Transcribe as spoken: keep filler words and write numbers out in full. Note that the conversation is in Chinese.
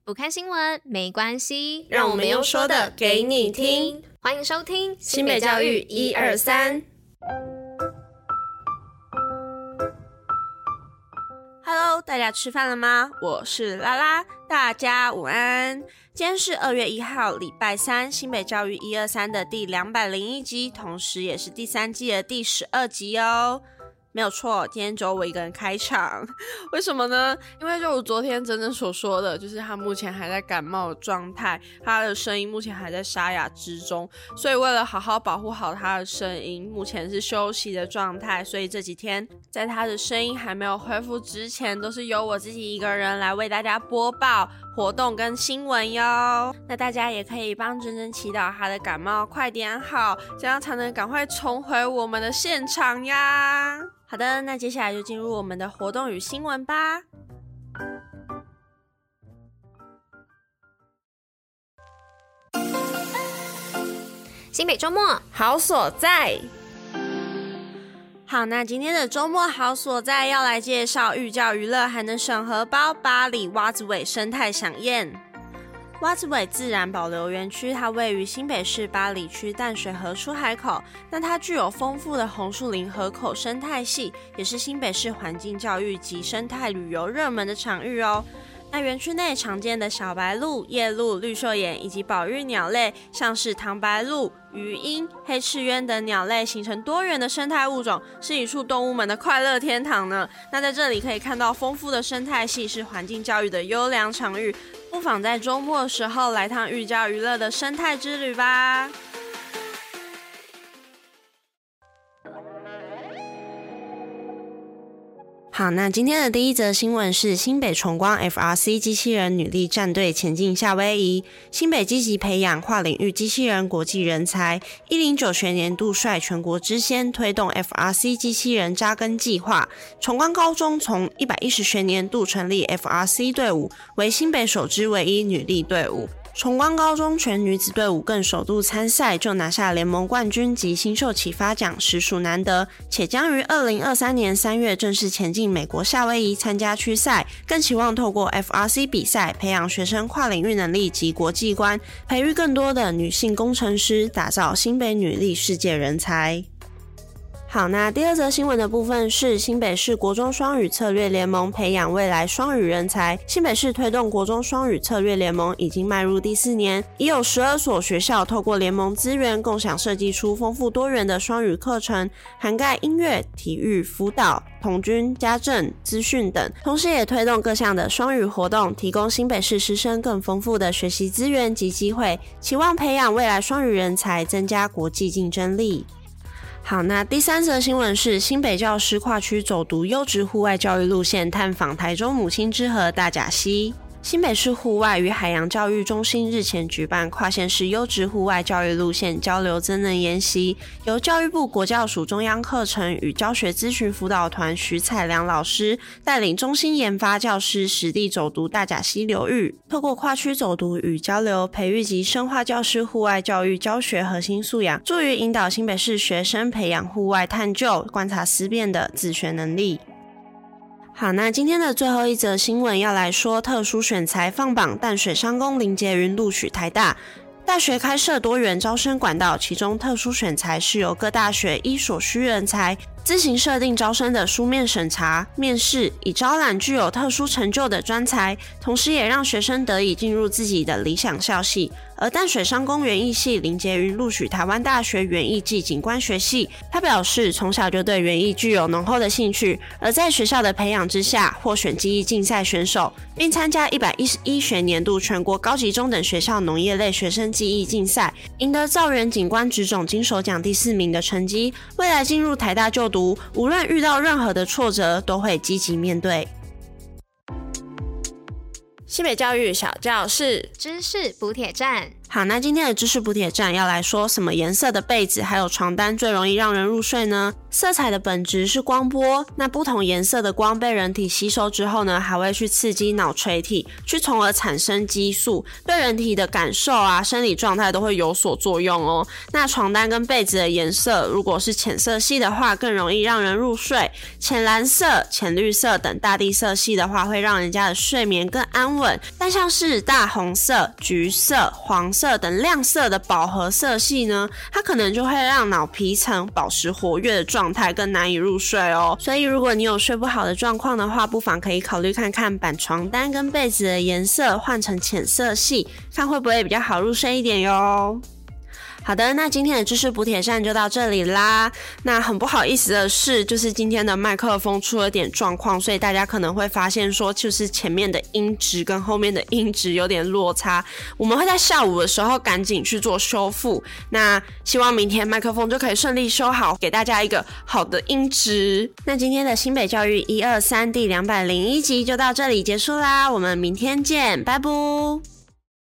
不看新闻没关系， 让我们用说的给你听。 欢迎收听新北教育一二三。Hello， 大家吃饭了吗？我是拉拉，大家午安。今天是二月一号，礼拜三，新北教育一二三的第两百零一集，同时也是第三季的第十二集哦。没有错，今天只有我一个人开场。为什么呢？因为就我昨天真正所说的，就是他目前还在感冒的状态，他的声音目前还在沙哑之中，所以为了好好保护好他的声音，目前是休息的状态，所以这几天在他的声音还没有恢复之前，都是由我自己一个人来为大家播报活动跟新闻哟。那大家也可以帮珍珍祈祷他的感冒快点好，这样才能赶快重回我们的现场呀。好的，那接下来就进入我们的活动与新闻吧。 新北周末好所在。好，那今天的周末好所在要来介绍寓教于乐还能省荷包八里蛙子尾生态飨宴。蛙子尾自然保留园区，它位于新北市八里区淡水河出海口，那它具有丰富的红树林河口生态系，也是新北市环境教育及生态旅游热门的场域哦。那园区内常见的小白鹭、夜鹭、绿袖眼以及保育鸟类，像是唐白鹭、鱼鹰、黑翅鸢等鸟类，形成多元的生态物种，是一处动物们的快乐天堂呢。那在这里可以看到丰富的生态系，是环境教育的优良场域，不妨在周末的时候来趟寓教于乐的生态之旅吧。好，那今天的第一则新闻是新北崇光 F R C 机器人女力战队前进夏威夷。新北积极培养跨领域机器人国际人才，一零九学年度率全国之先推动 F R C 机器人扎根计划。崇光高中从一百一十学年度成立 F R C 队伍，为新北首支唯一女力队伍。崇光高中全女子队伍更首度参赛就拿下联盟冠军及新秀启发奖，实属难得，且将于二零二三年三月正式前进美国夏威夷参加区赛，更期望透过 F R C 比赛培养学生跨领域能力及国际观，培育更多的女性工程师，打造新北女力世界人才。好，那第二则新闻的部分是新北市国中双语策略联盟培养未来双语人才。新北市推动国中双语策略联盟已经迈入第四年，已有十二所学校透过联盟资源共享设计出丰富多元的双语课程，涵盖音乐、体育、辅导、童军、家政、资讯等，同时也推动各项的双语活动，提供新北市师生更丰富的学习资源及机会，期望培养未来双语人才，增加国际竞争力。好，那第三则新闻是新北教师跨区走读优质户外教育路线，探访台中母亲之河大甲溪。新北市户外与海洋教育中心日前举办跨县市优质户外教育路线交流增能研习，由教育部国教署中央课程与教学咨询辅导团徐彩良老师带领中心研发教师实地走读大甲溪流域，透过跨区走读与交流，培育及深化教师户外教育教学核心素养，助于引导新北市学生培养户外探究、观察思辨的自学能力。好，那今天的最后一则新闻要来说特殊选才放榜，淡水商工林杰云录取台大。大学开设多元招生管道，其中特殊选才是由各大学依所需人才自行设定招生的书面审查、面试，以招揽具有特殊成就的专才，同时也让学生得以进入自己的理想校系。而淡水商工园艺系林杰云录取台湾大学园艺暨景观学系，他表示从小就对园艺具有浓厚的兴趣，而在学校的培养之下，获选技艺竞赛选手，并参加一百一十一学年度全国高级中等学校农业类学生技艺竞赛，赢得造园景观职种金手奖第四名的成绩。未来进入台大就读，无论遇到任何的挫折，都会积极面对。新北教育小教室知识补铁站， 好，那今天的知识补帖站要来说什么颜色的被子还有床单最容易让人入睡呢？色彩的本质是光波，那不同颜色的光被人体吸收之后呢，还会去刺激脑垂体，去从而产生激素，对人体的感受啊、生理状态都会有所作用哦。那床单跟被子的颜色如果是浅色系的话，更容易让人入睡；浅蓝色、浅绿色等大地色系的话，会让人家的睡眠更安稳。但像是大红色、橘色、黄色等亮色的饱和色系呢，它可能就会让脑皮层保持活跃的状态，更难以入睡哦。所以如果你有睡不好的状况的话，不妨可以考虑看看把床单跟被子的颜色换成浅色系，看会不会比较好入睡一点哟。好的，那今天的知识补帖站就到这里啦。那很不好意思的是，就是今天的麦克风出了点状况，所以大家可能会发现说，就是前面的音质跟后面的音质有点落差。我们会在下午的时候赶紧去做修复。那希望明天麦克风就可以顺利修好，给大家一个好的音质。那今天的新北教育一二三第两百零一集就到这里结束啦，我们明天见，拜拜。